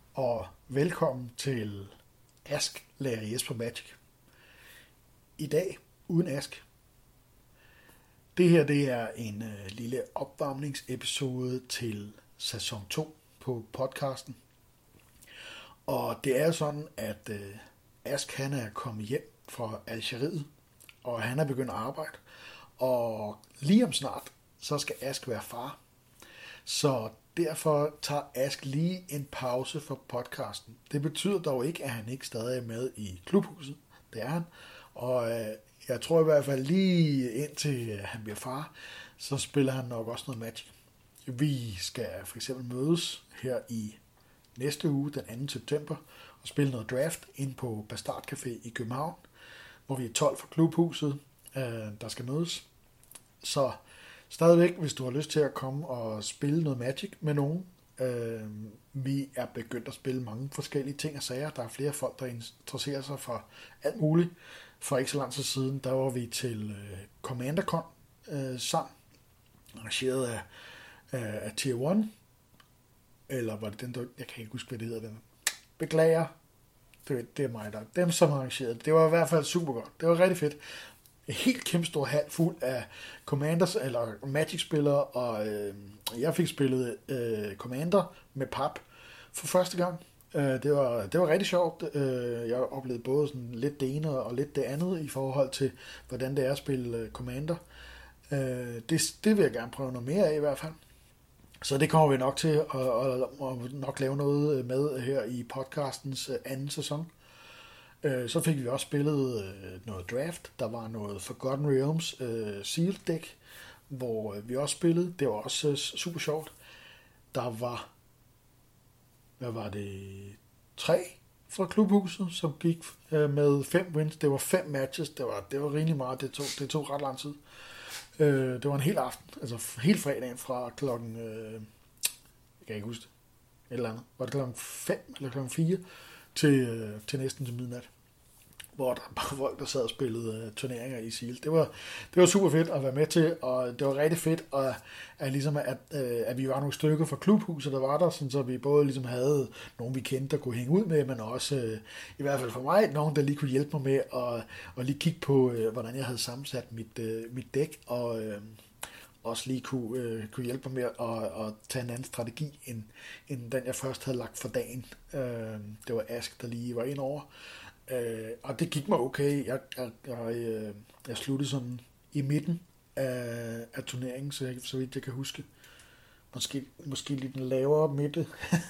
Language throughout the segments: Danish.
og velkommen til Ask lærer Jesper Magic. I dag uden Ask. Det her det er en lille opvarmningsepisode til sæson 2 på podcasten. Og det er sådan, at Ask han er kommet hjem fra Algeriet, og han er begyndt at arbejde. Og lige om snart, så skal Ask være far. Så derfor tager Ask lige en pause for podcasten. Det betyder dog ikke, at han ikke stadig er med i klubhuset. Det er han. Og jeg tror i hvert fald lige indtil han bliver far, så spiller han nok også noget Magic. Vi skal for eksempel mødes her i næste uge, den 2. september, og spille noget draft ind på Bastard Café i København, hvor vi er 12 fra klubhuset, der skal mødes. Så stadigvæk, hvis du har lyst til at komme og spille noget Magic med nogen. Vi er begyndt at spille mange forskellige ting og sager. Der er flere folk, der interesserer sig for alt muligt. For ikke så lang tid siden, der var vi til CommanderCon sammen, arrangeret af Tier 1. Eller var det den, der... Jeg kan ikke huske, hvad det hedder. Den. Beklager. Det er mig, der dem, som arrangerede det. Det var i hvert fald super godt. Det var rigtig fedt. En helt kæmpe stor hal fuld af Commanders eller Magic-spillere, og jeg fik spillet Commander med pap for første gang. Det var rigtig sjovt. Jeg oplevede både sådan lidt det ene og lidt det andet i forhold til, hvordan det er at spille Commander. Det vil jeg gerne prøve noget mere af i hvert fald. Så det kommer vi nok til at nok lave noget med her i podcastens anden sæson. Så fik vi også spillet noget draft. Der var noget Forgotten Realms Sealed Deck, hvor vi også spillede. Det var også super sjovt. Der var, hvad var det, 3 fra klubhuset, som gik med 5 wins. Det var 5 matches. Det var rimelig meget. Det tog ret lang tid. Det var en hel aften, altså hele fredagen fra klokken, jeg kan ikke huske det, et eller andet. Var det klokken 5 eller klokken 4 til næsten til midnat, hvor der bare folk, der sad og spillede turneringer i Seal. Det var super fedt at være med til, og det var rigtig fedt, at vi var nogle stykker fra klubhuset, der var der, sådan, så vi både ligesom havde nogen, vi kendte, der kunne hænge ud med, men også, i hvert fald for mig, nogen, der lige kunne hjælpe mig med at lige kigge på, hvordan jeg havde sammensat mit dæk, og også lige kunne hjælpe mig med at tage en anden strategi, end den jeg først havde lagt for dagen. Det var Ask, der lige var ind over. Og det gik mig okay. Jeg sluttede sådan i midten af turneringen, så vidt jeg kan huske. Måske lidt en lavere midte.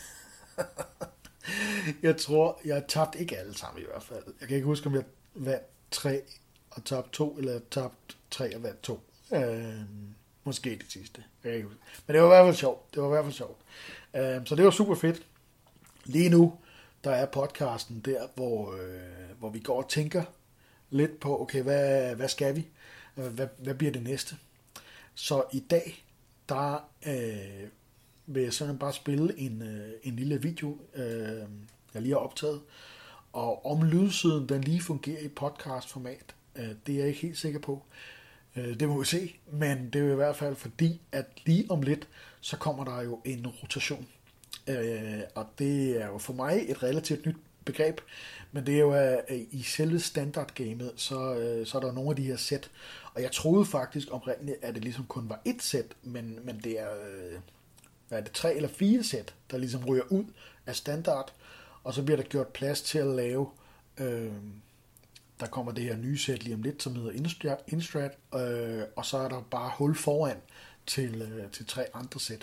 Jeg tror, jeg tabte ikke alle sammen i hvert fald. Jeg kan ikke huske, om jeg vandt 3 og tabte 2, eller jeg tabte 3 og vandt 2. Måske det sidste. Jeg kan ikke huske. Men det var i hvert fald sjovt. Så det var super fedt. Lige nu, der er podcasten der, hvor vi går og tænker lidt på, okay, hvad skal vi? Hvad bliver det næste? Så i dag, der vil jeg sådan bare spille en lille video, jeg lige har optaget. Og om lydsiden, den lige fungerer i podcastformat, det er jeg ikke helt sikker på. Det må vi se, men det er jo i hvert fald fordi, at lige om lidt, så kommer der jo en rotation. Og det er jo for mig et relativt nyt begreb, men det er jo i selve standardgamet, så er der nogle af de her sæt, og jeg troede faktisk oprindeligt, at det ligesom kun var et sæt, men det er 3 eller 4 sæt, der ligesom ryger ud af standard, og så bliver der gjort plads til at lave, der kommer det her nye sæt lige om lidt, som hedder Instrat, og så er der bare hul foran til 3 andre sæt.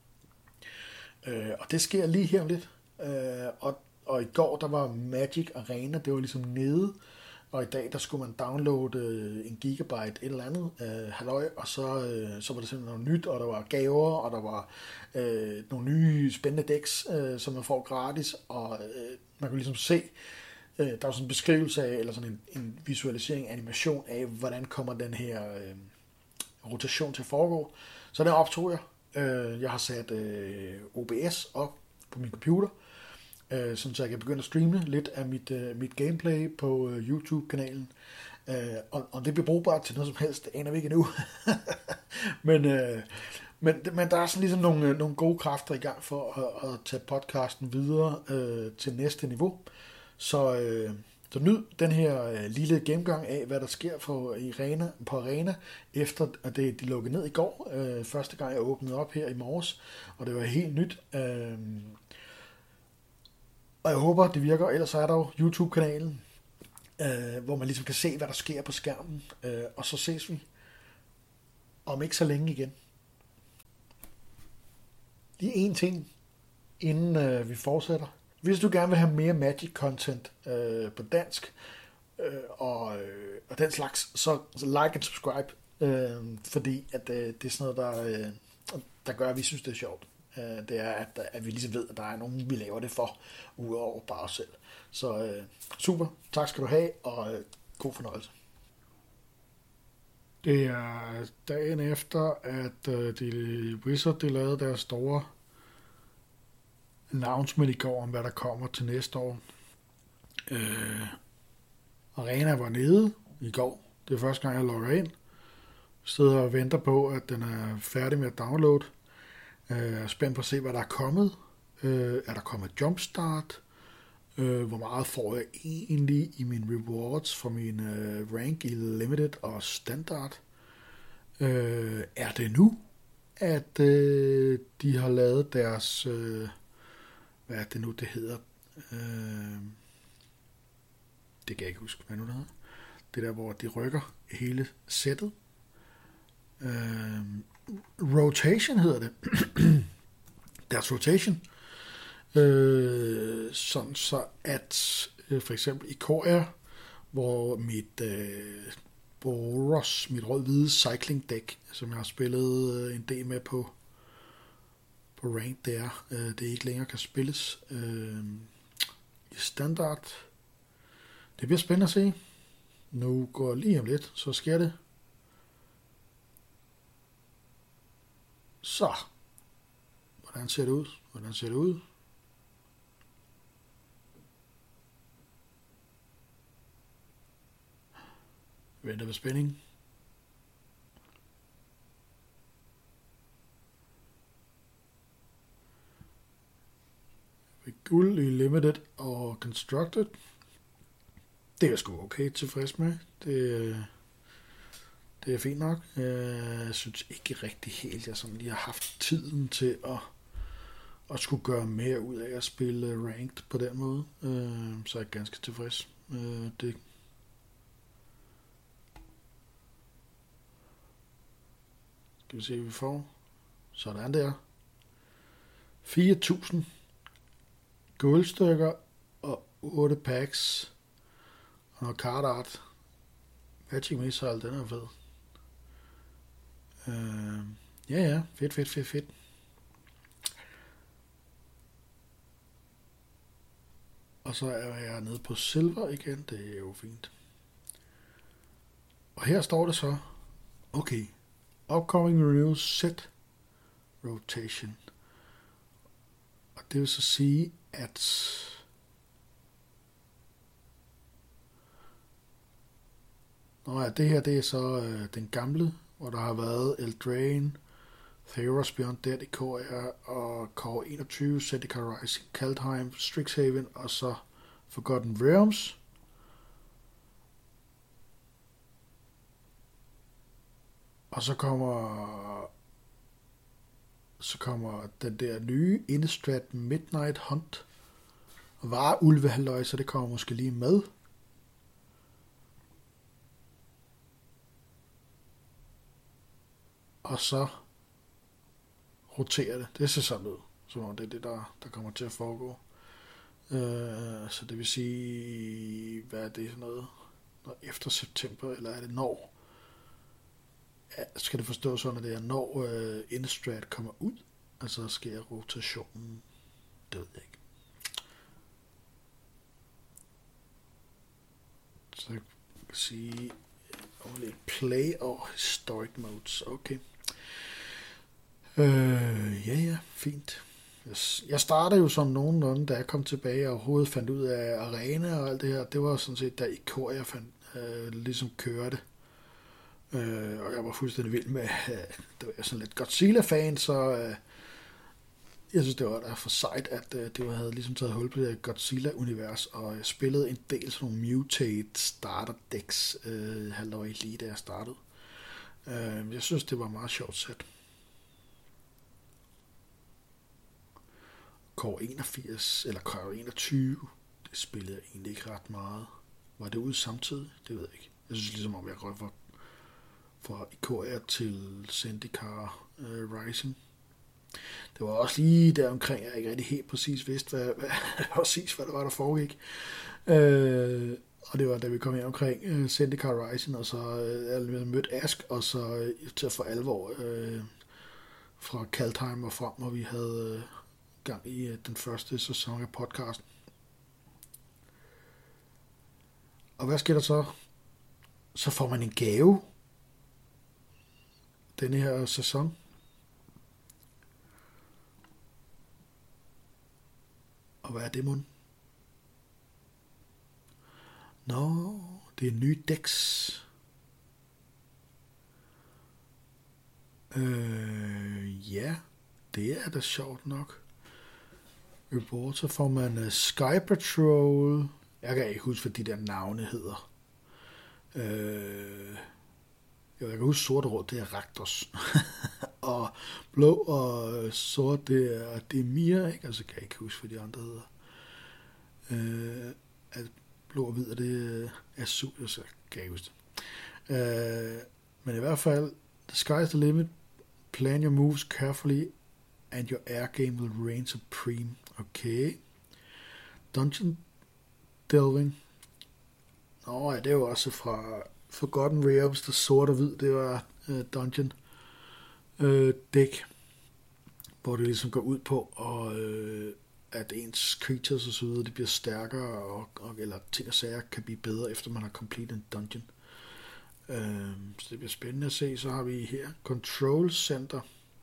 Og det sker lige her om lidt. Og i går, der var Magic Arena, det var ligesom nede, og i dag, der skulle man downloade 1 gigabyte et eller andet halløj, og så var det simpelthen noget nyt, og der var gaver, og der var nogle nye spændende decks, som man får gratis, og man kunne ligesom se, der var sådan en beskrivelse af, eller sådan en visualisering, animation af, hvordan kommer den her rotation til at foregå. Så den optog jeg. Jeg har sat OBS op på min computer, så jeg kan begynde at streame lidt af mit gameplay på YouTube-kanalen. Og det bliver brugbart til noget som helst, det aner vi ikke endnu. Men der er sådan ligesom nogle gode kræfter i gang for at tage podcasten videre til næste niveau. Så nyd den her lille gennemgang af, hvad der sker på Arena, efter at de lukkede ned i går. Første gang jeg åbnede op her i morges, og det var helt nyt. Og jeg håber, det virker. Ellers er der jo YouTube-kanalen, hvor man ligesom kan se, hvad der sker på skærmen. Og så ses vi om ikke så længe igen. Lige en ting, inden vi fortsætter. Hvis du gerne vil have mere Magic-content på dansk og den slags, så like and subscribe, fordi at, det er sådan noget, der gør, at vi synes, det er sjovt. Det er, at vi ligesom ved, at der er nogen, vi laver det for, udover bare os selv. Så super, tak skal du have, og god fornøjelse. Det er dagen efter, at Wizard lavede deres store announcement i går om, hvad der kommer til næste år. Arena var nede i går. Det er første gang, jeg logger ind. Sidder og venter på, at den er færdig med at downloade. Jeg er spændt på at se, hvad der er kommet. Er der kommet jumpstart? Hvor meget får jeg egentlig i mine rewards for min rank i limited og standard? Er det nu, at de har lavet deres... hvad er det nu, det hedder? Det kan jeg ikke huske, hvad nu det hedder. Det der, hvor de rykker hele sættet. Rotation hedder det. Deres rotation. Sådan så at for eksempel i Ikoria, hvor mit Boros, mit rød-hvide cycling deck, som jeg har spillet en del med på rank, det ikke længere kan spilles i standard. Det bliver spændende at se. Nu går lige om lidt, så sker det. Så. Hvordan ser det ud? Venter med spænding. Guld i limited og constructed. Det er jeg sgu okay tilfreds med. Det er fint nok. Jeg synes ikke rigtig helt, jeg sådan lige har haft tiden til at skulle gøre mere ud af at spille ranked på den måde. Så er jeg ganske tilfreds. Det skal vi se, hvad vi får. Sådan der. 4.000 guldstykker og 8 packs og noget card art. Magic Missile, den er fed. Ja, fedt. Og så er jeg nede på silver igen, det er jo fint. Og her står det så, okay, upcoming renewals set rotation. Og det vil så sige, at det her, det er så den gamle, hvor der har været Eldraine, Theros Beyond Dead, Ikoria og Core 21, Zendikar Rising, Kaldheim, Strixhaven og så Forgotten Realms. Og så kommer den der nye Innistrad Midnight Hunt. Var ulvehalløj, så det kommer måske lige med. Og så roterer det. Det ser sådan ud, som om det er det, der kommer til at foregå. Så det vil sige, hvad er det noget? Når efter september, eller er det når? Ja, skal det forstås sådan, at det er når Innistrad kommer ud? Altså sker rotationen? Det ved jeg ikke. Så jeg kan sige only play og historic modes. Okay. Ja, fint. Jeg startede jo sådan nogenlunde, da jeg kom tilbage og overhovedet fandt ud af arena og alt det her. Det var sådan set, da Ikoria ligesom kørte. Og jeg var fuldstændig vild med, det var sådan lidt Godzilla-fan, så jeg synes, det var da for sejt, at det havde ligesom taget hul på det Godzilla-univers, og jeg spillede en del sådan nogle Mutate starter decks halvår i lige, da jeg startede. Jeg synes, det var meget sjovt sæt. Core 81, eller Core 21, det spillede jeg egentlig ikke ret meget. Var det ude samtidig? Det ved jeg ikke. Jeg synes ligesom, om jeg røg fra IKR til Zendikar Rising. Det var også lige der omkring, jeg ikke rigtig helt præcis vidste, hvad der var, der foregik. Og det var, da vi kom her omkring Zendikar Rising, og så mødte Ask, og så til for alvor fra Kaldheim og frem, hvor vi havde gang i den første sæson af podcasten. Og hvad sker der så? Så får man en gave denne her sæson. Og hvad er det, mon? Nå, det er en ny decks. Ja, det er da sjovt nok. Reward, så får man Sky Patrol. Jeg kan ikke huske, hvad de der navne hedder. Jeg kan huske Sorte Råd, det er Raktos. Og blå og sort, det er Demir, ikke? Altså kan jeg ikke huske, hvad de andre hedder. Blå og hvid, og det er Azul, så kan jeg ikke huske det. Men i hvert fald, the sky is the limit. Plan your moves carefully, and your air game will reign supreme. Okay. Dungeon Delving. Nå ja, det er jo også fra Forgotten Realms, der sort og hvid, det var Dungeon deck, hvor det ligesom går ud på, og at ens creatures og så videre, de bliver stærkere, og eller ting og sager kan blive bedre, efter man har completed en dungeon. Så det bliver spændende at se. Så har vi her Control Center.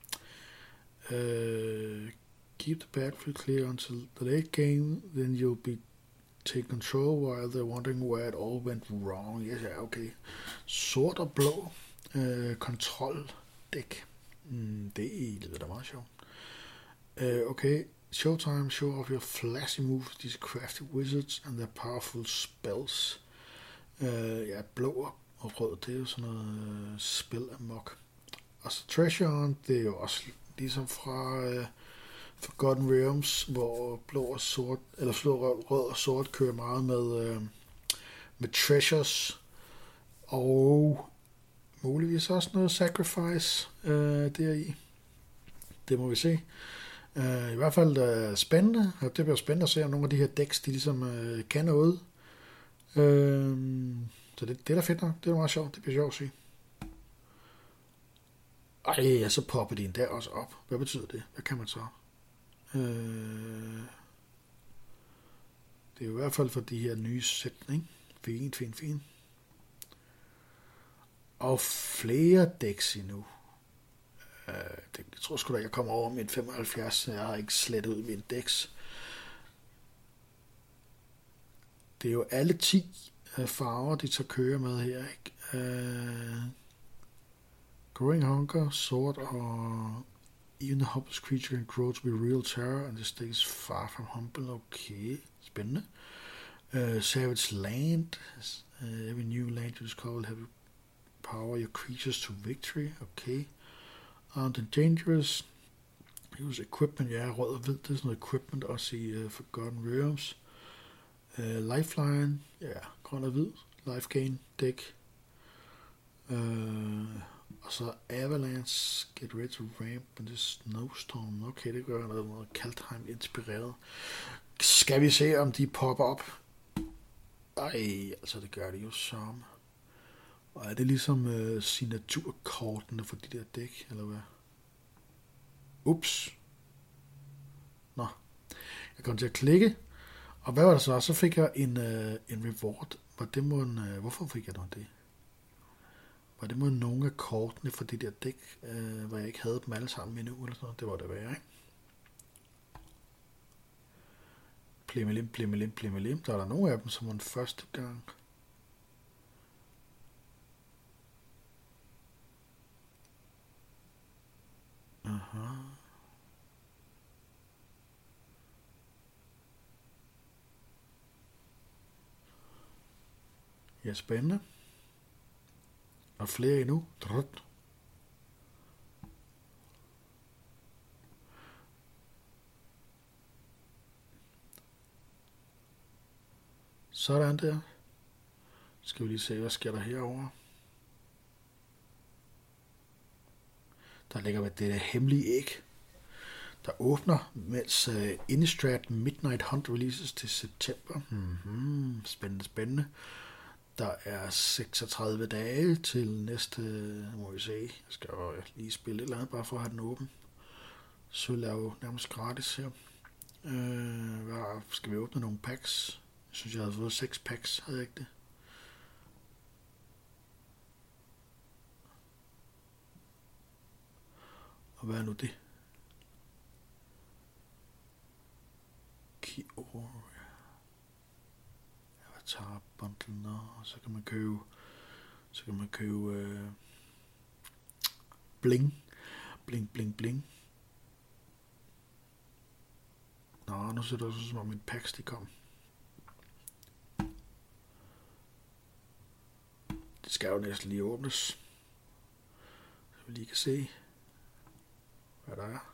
Keep the battlefield clear until the late game, then you'll be take control while they're wondering where it all went wrong. Yes, ja, okay. Sort og blå kontrol dæk. Det lyder da meget sjovt. Okay. Showtime, show off your flashy moves, these crafty wizards and their powerful spells. Ja, blå og rød, det er jo sådan noget spil amok. Og så Treasure, det er jo også ligesom fra Forgotten Realms, hvor blå og sort, eller rød og sort kører meget med treasures, og muligvis også noget sacrifice deri. Det må vi se. I hvert fald spændende, og det bliver spændende at se, om nogle af de her decks, de ligesom kan noget. Så det er da fedt nok. Det er meget sjovt. Det bliver sjovt at se. Ej, så popper de endda også op. Hvad betyder det? Hvad kan man så? Det er jo i hvert fald for de her nye sætning. Fint. Og flere decks endnu. Jeg tror sgu da, jeg kommer over min 75. Jeg har ikke slettet ud min decks. Det er jo alle 10 farver, de tager køre med her, ikke? Growing Hunger, sort og even the helpless creature can grow to be real terror, and this stays far from humble. Okay, spændende. Savage Land. Every new land you discover will have power your creatures to victory. Okay. The Dangerous. Use equipment. Ja, rød og hvid. Det er sådan noget equipment også i Forgotten Realms. Lifeline. Ja, grøn og hvid. Life gain deck. Og så Avalanche. Get ready to ramp in this snowstorm. Okay, det gør noget Kaldheim inspireret. Skal vi se, om de popper op? Ej, altså det gør de jo som. Og er det ligesom signaturkortene for de der dæk, eller hvad? Ups. Nå. Jeg kom til at klikke. Og hvad var det så? Så fik jeg en reward. Hvorfor fik jeg noget det? Var det mod nogle af kortene for de der dæk, hvor jeg ikke havde dem alle sammen endnu, eller sådan noget? Det var det værre, ikke? Plimmelim. Der er der nogle af dem, som var den første gang. Ja, spændende. Og flere endnu. Drut. Sådan der. Skal vi lige se, hvad sker der herovre. Der ligger det der hemmelige æg, der åbner, mens Innistrad Midnight Hunt releases til september. Spændende, spændende. Der er 36 dage til næste, må vi se. Jeg skal jo lige spille et eller andet, bare for at have den åben. Sølv er jo nærmest gratis her. Skal vi åbne nogle packs? Jeg synes, jeg havde fået 6 packs, havde jeg ikke det? Og hvad er nu det? Kiora. Avatar bundle, og så kan man købe bling. Bling. Nå, nu ser det også som om min packs de kom. Det skal jo næsten lige åbnes, så vi lige kan se, hvad der er.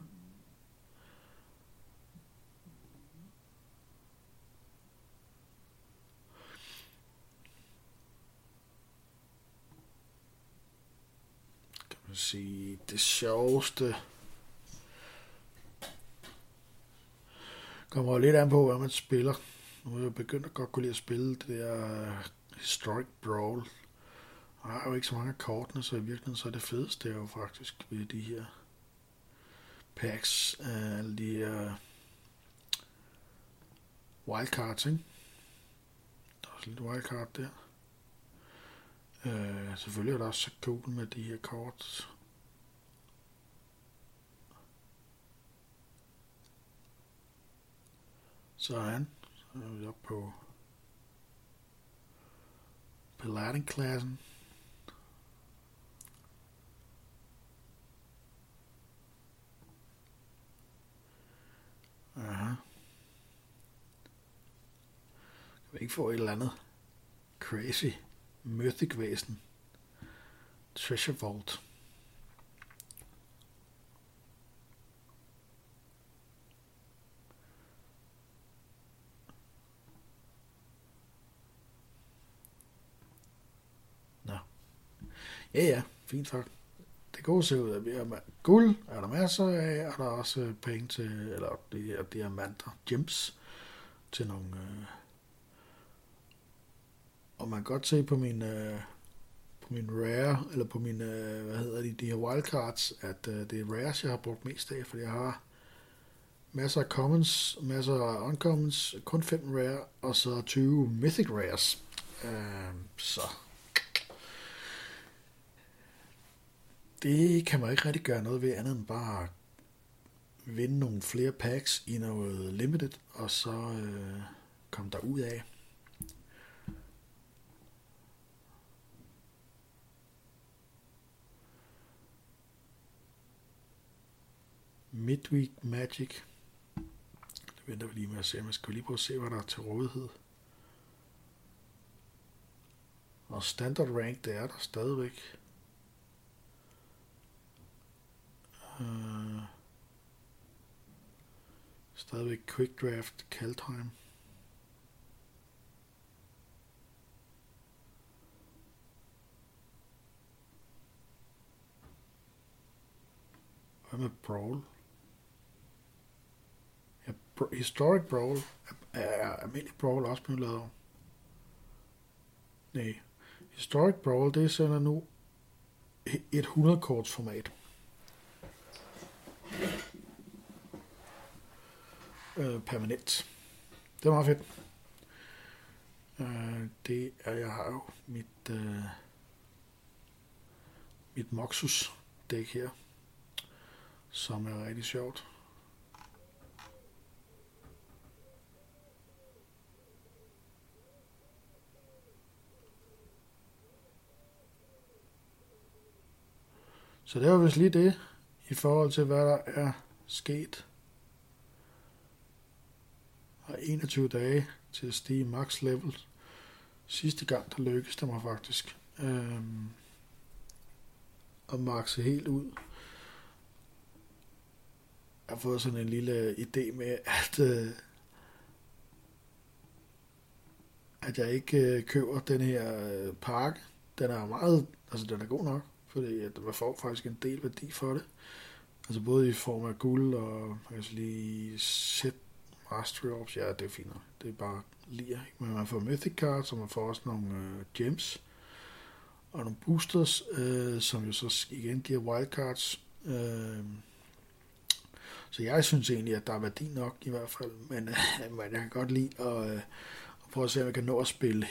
Kan man sige, det sjoveste kommer lidt an på, hvad man spiller. Nu er jeg begyndt at godt kunne lide at spille det der Historic Brawl. Der er jo ikke så mange af kortene, så i virkeligheden så er det fedeste jo faktisk ved de her packs af alle de her wildcards, ikke? Der er også lidt wildcard der. Selvfølgelig er der også så cool med de her kort. Sådan. Så er vi oppe på Paladin-klassen. Aha. Kan vi ikke få et eller andet crazy mythic væsen? Treasure Vault. Nå. Ja, fint tak. Det gode ser ud af, at vi har guld, er der masser af, og der er også penge til, eller de her diamanter, gems, til nogle, og man kan godt se på min rare, eller på min, de her wildcards, at det er rares, jeg har brugt mest af, fordi jeg har masser af commons, masser af uncommons, kun 5 rare, og så 20 mythic rares. Så det kan man ikke rigtig gøre noget ved andet end bare vinde nogle flere packs i noget limited, og så komme der ud af. Midweek Magic. Det venter vi lige med at se. Man skal lige prøve at se, hvad der er til rådighed. Og standard rank, det er der stadigvæk. Stadigvæk quick draft Kaldheim. Hvad med Brawl? Ja, Historic Brawl er almindelig Brawl også blevet lavet om. Nej. Historic Brawl, det sender nu et 100-korts format. Permanent. Det er meget fedt. Det er, jeg har jo mit Moxus dæk her, som er rigtig sjovt. Så det var vist lige det i forhold til, hvad der er sket. Og 21 dage til at stige max level. Sidste gang, der lykkedes det mig faktisk. At maxe helt ud. Jeg har fået sådan en lille idé med, at jeg ikke køber den her pakke. Den er meget, altså den er god nok, fordi at man får faktisk en del værdi for det. Altså både i form af guld og man kan lige set mastery orbs, ja det er fint. Det er bare lige, men man får mythic cards, og man får også nogle gems og nogle boosters, som jo så igen giver wildcards. Så jeg synes egentlig, at der er værdi nok i hvert fald, men jeg kan godt lide at prøve at se, om jeg kan nå at spille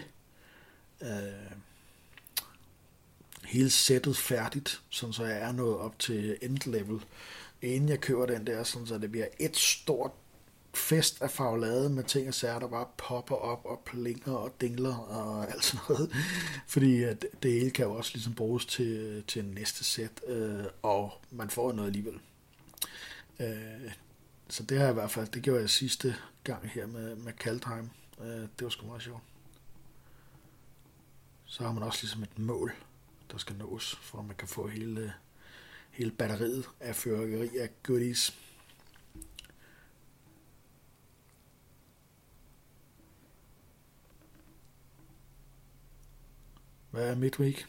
hele sættet færdigt, sådan så jeg er nået op til endlevel, inden jeg køber den der, sådan så det bliver et stort fest af farvelade med ting og sager, der bare popper op og plinger og dingler og alt sådan noget. Fordi det hele kan jo også ligesom bruges til næste sæt, og man får noget alligevel. Så det har jeg i hvert fald, det gjorde jeg sidste gang her med Kaldheim. Det var sgu meget sjovt. Så har man også ligesom et mål, der skal nås, for at man kan få hele batteriet af fyrværkeri af goodies. Hvad er midweek?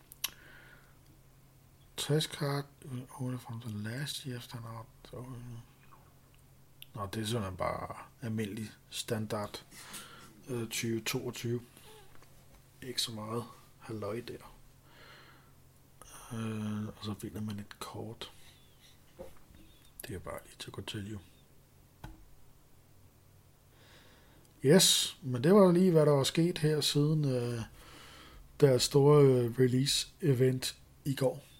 60 kart, only from the last year standard. Nå, det er sådan bare almindelig standard 2022. Ikke så meget halløj der. Og så finder man et kort. Det er bare lige til at gå til jo. Yes, men det var lige, hvad der var sket her siden deres store release-event i går.